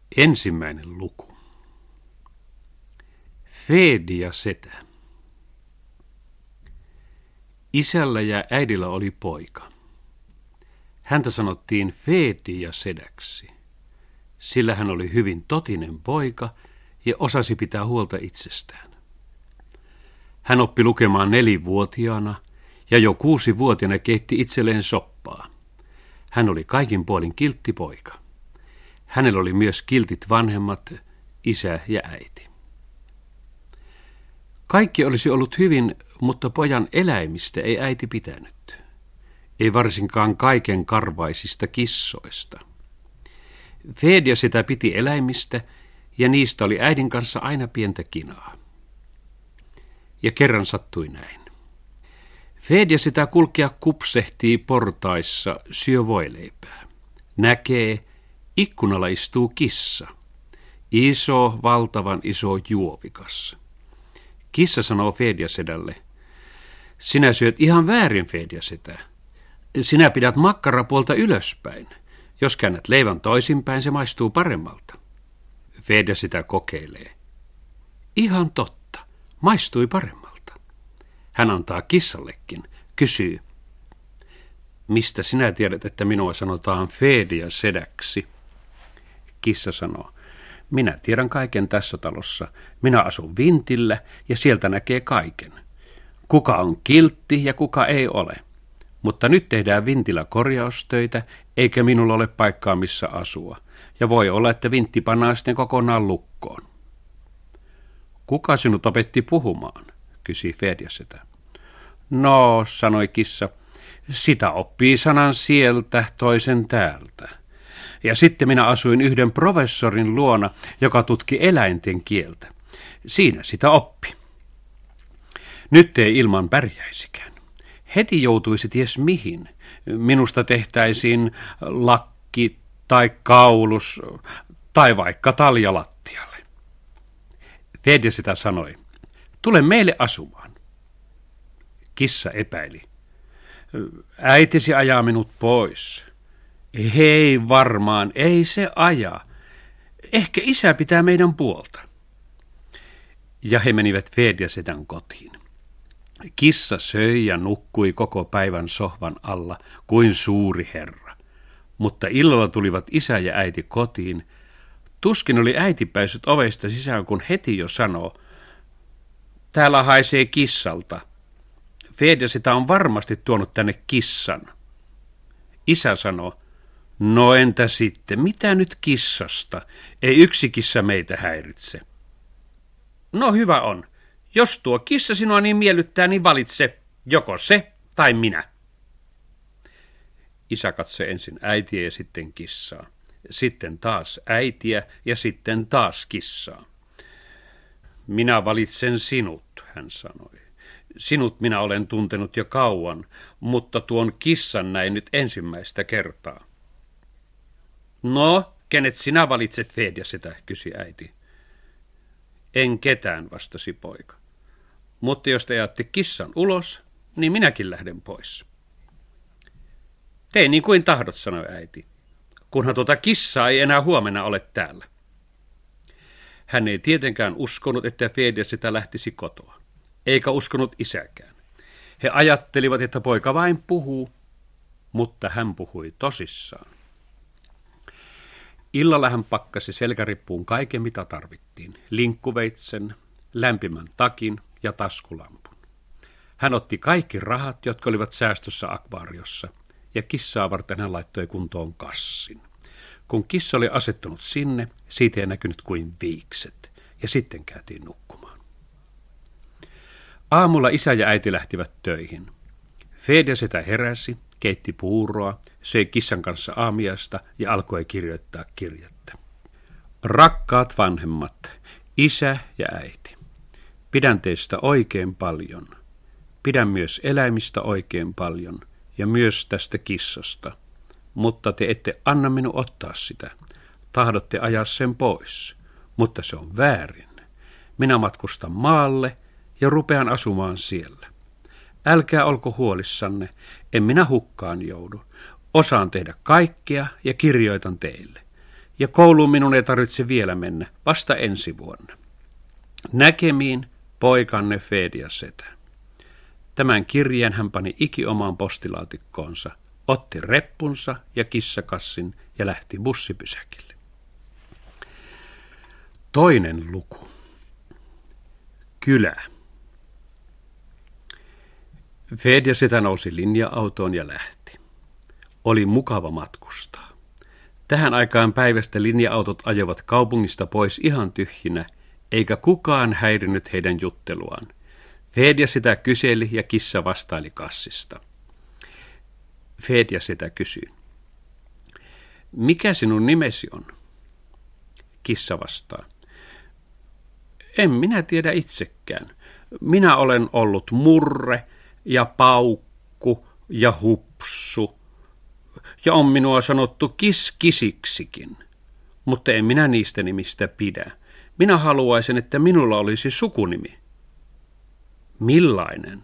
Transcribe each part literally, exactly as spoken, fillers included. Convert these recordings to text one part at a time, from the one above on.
Ensimmäinen luku. Feedi ja setä. Isällä ja äidillä oli poika. Häntä sanottiin Feedi ja sedäksi, sillä hän oli hyvin totinen poika ja osasi pitää huolta itsestään. Hän oppi lukemaan nelivuotiaana ja jo kuusivuotiaana keitti itselleen soppaa. Hän oli kaikin puolin kiltti poika. Hänellä oli myös kiltit vanhemmat, isä ja äiti. Kaikki olisi ollut hyvin, mutta pojan eläimistä ei äiti pitänyt. Ei varsinkaan kaiken karvaisista kissoista. Feedia sitä piti eläimistä ja niistä oli äidin kanssa aina pientä kinaa. Ja kerran sattui näin. Feedia sitä kulkea kupsehtii portaissa, syö voileipää. Näkee, ikkunalla istuu kissa. Iso, valtavan iso juovikas. Kissa sanoo Feedia-sedälle: "Sinä syöt ihan väärin, Feedia-setä. Sinä pidät makkarapuolta ylöspäin. Jos käännät leivän toisinpäin, se maistuu paremmalta." Feedia sitä kokeilee. Ihan totta, maistui paremmalta. Hän antaa kissallekin, kysyy: "Mistä sinä tiedät, että minua sanotaan Feedia-sedäksi?" Kissa sanoo: "Minä tiedän kaiken tässä talossa. Minä asun vintillä ja sieltä näkee kaiken. Kuka on kiltti ja kuka ei ole. Mutta nyt tehdään vintillä korjaustöitä, eikä minulla ole paikkaa missä asua. Ja voi olla, että vintti pannaan sitten kokonaan lukkoon." "Kuka sinut opetti puhumaan?" kysyi Feedia-setä. "No", sanoi kissa, "sitä oppii sanan sieltä, toisen täältä. Ja sitten minä asuin yhden professorin luona, joka tutki eläinten kieltä. Siinä sitä oppi. Nyt ei ilman pärjäisikään. Heti joutuisi ties mihin. Minusta tehtäisiin lakki tai kaulus tai vaikka talja lattialle." Feedia sitä sanoi: "Tule meille asumaan." Kissa epäili: "Äitisi ajaa minut pois." "Hei, varmaan, ei se aja. Ehkä isä pitää meidän puolta." Ja he menivät Feedia-sedän kotiin. Kissa söi ja nukkui koko päivän sohvan alla kuin suuri herra. Mutta illalla tulivat isä ja äiti kotiin. Tuskin oli äiti päässyt ovesta sisään, kun heti jo sanoo: "Täällä haisee kissalta. Feedia sitä on varmasti tuonut tänne kissan." Isä sanoo: "No entä sitten, mitä nyt kissasta? Ei yksi kissa meitä häiritse." "No hyvä on. Jos tuo kissa sinua niin miellyttää, niin valitse, joko se tai minä." Isä katsoi ensin äitiä ja sitten kissaa. Sitten taas äitiä ja sitten taas kissaa. "Minä valitsen sinut", hän sanoi. "Sinut minä olen tuntenut jo kauan, mutta tuon kissan näin nyt ensimmäistä kertaa." "No, kenet sinä valitset, Feedia-setä?" kysyi äiti. "En ketään", vastasi poika. "Mutta jos te ajatte kissan ulos, niin minäkin lähden pois." "Tee niin kuin tahdot", sanoi äiti, "kunhan tuota kissaa ei enää huomenna ole täällä." Hän ei tietenkään uskonut, että Feedia-setä lähtisi kotoa, eikä uskonut isäkään. He ajattelivat, että poika vain puhuu, mutta hän puhui tosissaan. Illalla hän pakkasi selkärippuun kaiken, mitä tarvittiin: linkkuveitsen, lämpimän takin ja taskulampun. Hän otti kaikki rahat, jotka olivat säästössä akvaariossa, ja kissaa varten hän laittoi kuntoon kassin. Kun kissa oli asettunut sinne, siitä ei näkynyt kuin viikset, ja sitten käytiin nukkumaan. Aamulla isä ja äiti lähtivät töihin. Feedia-setä heräsi, keitti puuroa, söi kissan kanssa aamiaista ja alkoi kirjoittaa kirjettä. "Rakkaat vanhemmat, isä ja äiti, pidän teistä oikein paljon. Pidän myös eläimistä oikein paljon ja myös tästä kissasta. Mutta te ette anna minun ottaa sitä. Tahdotte ajaa sen pois, mutta se on väärin. Minä matkustan maalle ja rupean asumaan siellä. Älkää olko huolissanne, en minä hukkaan joudu. Osaan tehdä kaikkea ja kirjoitan teille. ja kouluun minun ei tarvitse vielä mennä, vasta ensi vuonna. Näkemiin, poikanne Fediasetä. Tämän kirjeen hän pani iki omaan postilaatikkoonsa, otti reppunsa ja kissakassin ja lähti bussipysäkille. Toinen luku. Kylä. Fediasetä nousi linja-autoon ja lähti. Oli mukava matkustaa. Tähän aikaan päivästä linja-autot ajoivat kaupungista pois ihan tyhjinä, eikä kukaan häirinyt heidän jutteluaan. Fediasetä kyseli ja kissa vastaili kassista. Fediasetä kysyi. Mikä sinun nimesi on? Kissa vastaa. En minä tiedä itsekään. Minä olen ollut Murre ja Paukku ja Hupsu. Ja on minua sanottu kiskisiksikin. Mutta en minä niistä nimistä pidä. Minä haluaisin, että minulla olisi sukunimi. Millainen?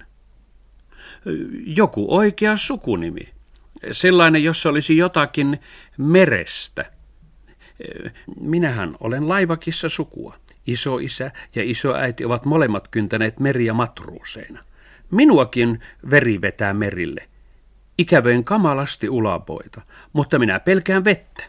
Joku oikea sukunimi. Sellainen, jossa olisi jotakin merestä. Minähän olen laivakissa sukua. Isoisä ja isoäiti ovat molemmat kyntäneet meriä matruuseina. Minuakin veri vetää merille. Ikävöin kamalasti ulapoita, mutta minä pelkään vettä.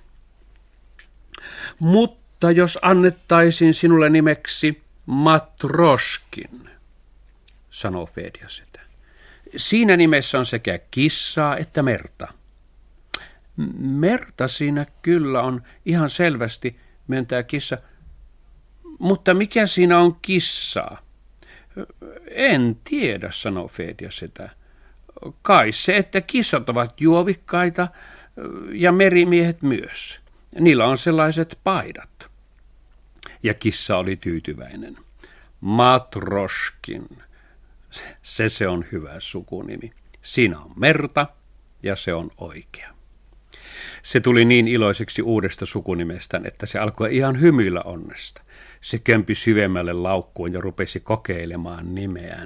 Mutta jos annettaisin sinulle nimeksi Matroskin, sanoo Fediasetä. Siinä nimessä on sekä kissaa että merta. Merta siinä kyllä on ihan selvästi, myöntää kissa. Mutta mikä siinä on kissaa? En tiedä, sanoo Fediasetä. Kai se, että kissat ovat juovikkaita ja merimiehet myös. Niillä on sellaiset paidat. Ja kissa oli tyytyväinen. Matroskin. Se se on hyvä sukunimi. Siinä on merta ja se on oikea. Se tuli niin iloiseksi uudesta sukunimestään, että se alkoi ihan hymyillä onnesta. Se kömpi syvemmälle laukkuun ja rupesi kokeilemaan nimeään.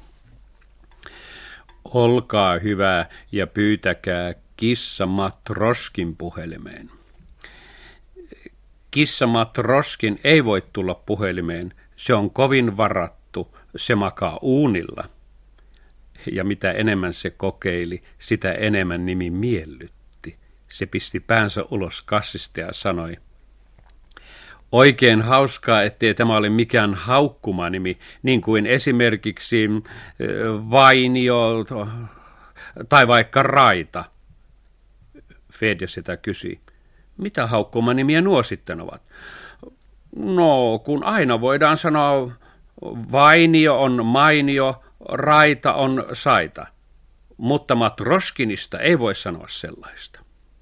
Olkaa hyvä ja pyytäkää kissa Matroskin puhelimeen. Kissa Matroskin ei voi tulla puhelimeen, se on kovin varattu, se makaa uunilla. Ja mitä enemmän se kokeili, sitä enemmän nimi miellytti. Se pisti päänsä ulos kassista ja sanoi, oikein hauskaa, ettei tämä ole mikään haukkumanimi, niin kuin esimerkiksi Vainio tai vaikka Raita. Fediasetä kysyi, mitä haukkumanimiä nuo sitten ovat? No, kun aina voidaan sanoa, Vainio on mainio, Raita on saita, mutta Matroskinista ei voi sanoa sellaista.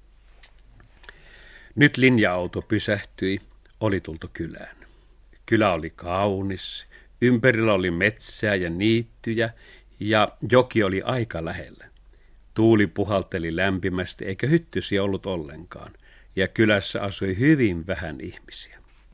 Nyt linja-auto pysähtyi. Oli tultu kylään. Kylä oli kaunis, ympärillä oli metsää ja niittyjä ja joki oli aika lähellä. Tuuli puhalteli lämpimästi eikä hyttysiä ollut ollenkaan ja kylässä asui hyvin vähän ihmisiä.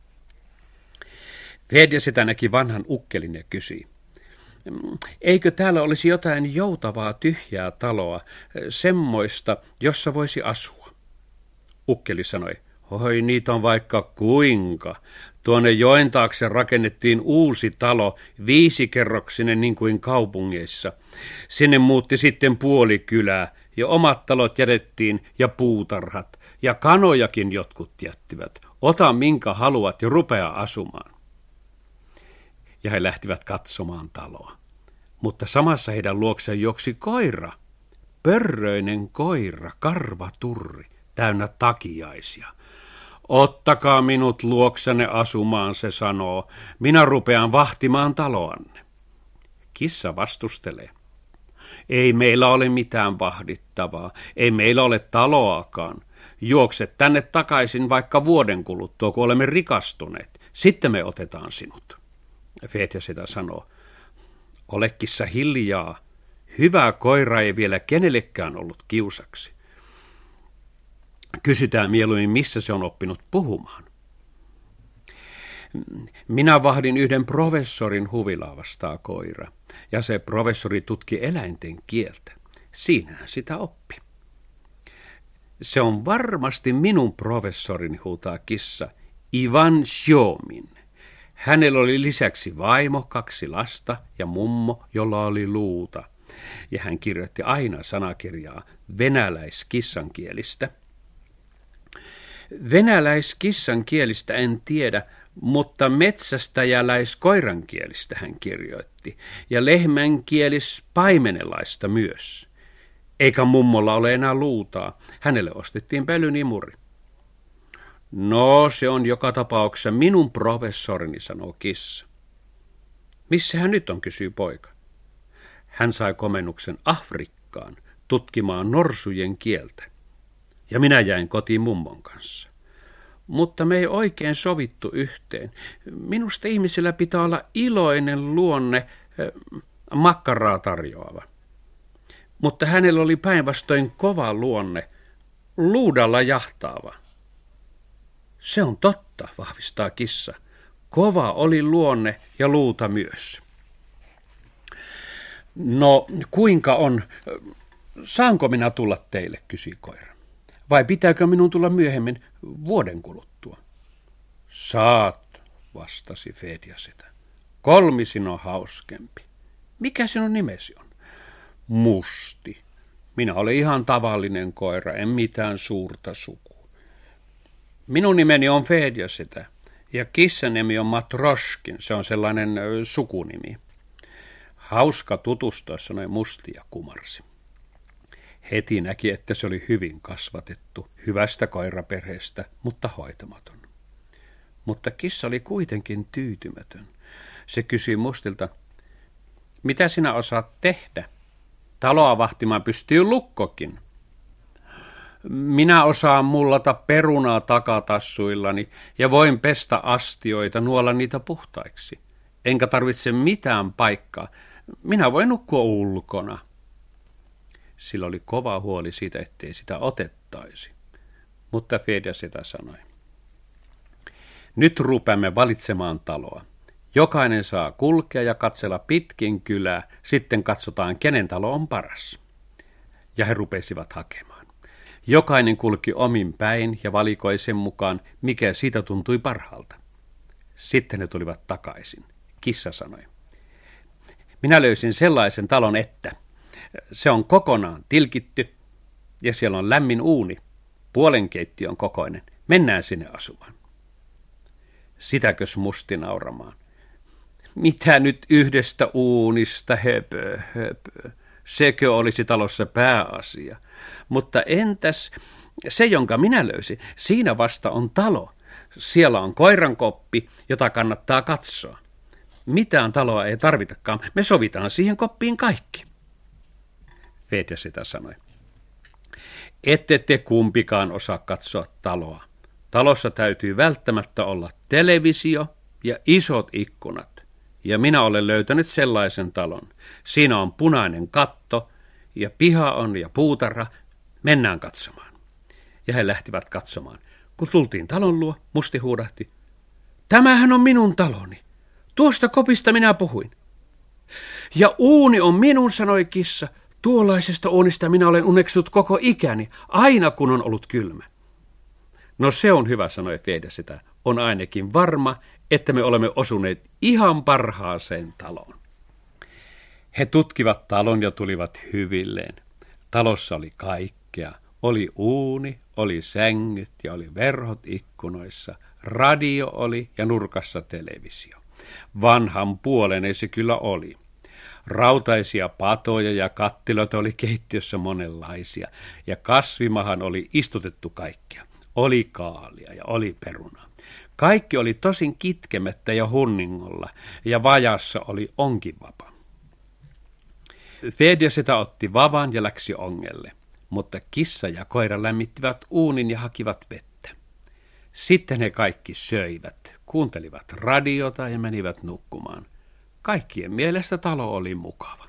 Fediasetä näki vanhan ukkelin ja kysyi, eikö täällä olisi jotain joutavaa tyhjää taloa, semmoista, jossa voisi asua? Ukkeli sanoi, oi, niitä on vaikka kuinka. Tuonne joen taakse rakennettiin uusi talo, viisikerroksinen niin kuin kaupungeissa. Sinne muutti sitten puoli kylää, ja omat talot jätettiin, ja puutarhat, ja kanojakin jotkut jättivät. Ota minkä haluat ja rupea asumaan. Ja he lähtivät katsomaan taloa. Mutta samassa heidän luokseen juoksi koira, pörröinen koira, karvaturri, täynnä takiaisia. Ottakaa minut luoksenne asumaan, se sanoo. Minä rupean vahtimaan taloanne. Kissa vastustelee. Ei meillä ole mitään vahdittavaa. Ei meillä ole taloakaan. Juokset tänne takaisin vaikka vuoden kuluttua, kun olemme rikastuneet. Sitten me otetaan sinut. Fediasetä sanoo. Ole kissa hiljaa. Hyvä koira ei vielä kenellekään ollut kiusaksi. Kysytään mieluummin, missä se on oppinut puhumaan. Minä vahdin yhden professorin huvilaa, vastaa koira, ja se professori tutki eläinten kieltä. Siinähän sitä oppi. Se on varmasti minun professorini, huutaa kissa, Ivan Sjomin. Hänellä oli lisäksi vaimo, kaksi lasta ja mummo, jolla oli luuta. Ja hän kirjoitti aina sanakirjaa venäläiskissankielistä. Venäläiskissankielistä en tiedä, mutta metsästäjäläiskoirankielistä hän kirjoitti. Ja lehmänkielis paimenelaista myös. Eikä mummolla ole enää luutaa. Hänelle ostettiin pölynimuri. No, se on joka tapauksessa minun professorini, sanoo kissa. Missä hän nyt on, kysyy poika. Hän sai komennuksen Afrikkaan tutkimaan norsujen kieltä. Ja minä jäin kotiin mummon kanssa. Mutta me ei oikein sovittu yhteen. Minusta ihmisillä pitää olla iloinen luonne, äh, makkaraa tarjoava. Mutta hänellä oli päinvastoin kova luonne, luudalla jahtaava. Se on totta, vahvistaa kissa. Kova oli luonne ja luuta myös. No, kuinka on? Saanko minä tulla teille, kysyi koira. Vai pitääkö minun tulla myöhemmin vuoden kuluttua? Saat, vastasi Fedja sitä. Kolmisin on hauskempi. Mikä sinun nimesi on? Musti. Minä olen ihan tavallinen koira, en mitään suurta sukua. Minun nimeni on Fedja sitä, ja kissan nimi on Matroskin, se on sellainen sukunimi. Hauska tutustua, sanoi Musti ja kumarsi. Heti näki, että se oli hyvin kasvatettu, hyvästä koiraperheestä, mutta hoitamaton. Mutta kissa oli kuitenkin tyytymätön. Se kysyi Mustilta, mitä sinä osaat tehdä? Taloa vahtimaan pystyy lukkokin. Minä osaan mullata perunaa takatassuillani ja voin pestä astioita, nuolla niitä puhtaiksi. Enkä tarvitse mitään paikkaa. Minä voin nukkua ulkona. Sillä oli kova huoli siitä, ettei sitä otettaisi. Mutta Fedja sitä sanoi. Nyt rupeamme valitsemaan taloa. Jokainen saa kulkea ja katsella pitkin kylää, sitten katsotaan, kenen talo on paras. Ja he rupesivat hakemaan. Jokainen kulki omin päin ja valikoi sen mukaan, mikä siitä tuntui parhaalta. Sitten ne tulivat takaisin. Kissa sanoi. Minä löysin sellaisen talon, että se on kokonaan tilkitty ja siellä on lämmin uuni, puolen keittiön kokoinen. Mennään sinne asumaan. Sitäkös Musti nauramaan. Mitä nyt yhdestä uunista, höpö, höpö. Sekö olisi talossa pääasia. Mutta entäs se, jonka minä löysin, siinä vasta on talo. Siellä on koirankoppi, jota kannattaa katsoa. Mitään taloa ei tarvitakaan, me sovitaan siihen koppiin kaikki. Fedja sitä sanoi. Ette te kumpikaan osaa katsoa taloa. Talossa täytyy välttämättä olla televisio ja isot ikkunat. Ja minä olen löytänyt sellaisen talon. Siinä on punainen katto ja piha on ja puutarha. Mennään katsomaan. Ja he lähtivät katsomaan. Kun tultiin talon luo, Musti huudahti. Tämähän on minun taloni. Tuosta kopista minä puhuin. Ja uuni on minun, sanoi kissa. Tuollaisesta uunista minä olen uneksut koko ikäni, aina kun on ollut kylmä. No se on hyvä, sanoi Fedja sitä. On ainakin varma, että me olemme osuneet ihan parhaaseen taloon. He tutkivat talon ja tulivat hyvilleen. Talossa oli kaikkea. Oli uuni, oli sängyt ja oli verhot ikkunoissa. Radio oli ja nurkassa televisio. Vanhan puolen se kyllä oli. Rautaisia patoja ja kattiloita oli keittiössä monenlaisia, ja kasvimahan oli istutettu kaikkea. Oli kaalia ja oli perunaa. Kaikki oli tosin kitkemättä ja hunningolla, ja vajassa oli onkivapa. Fedja sitä otti vavan ja läksi ongelle, mutta kissa ja koira lämmittivät uunin ja hakivat vettä. Sitten he kaikki söivät, kuuntelivat radiota ja menivät nukkumaan. Kaikkien mielestä talo oli mukava.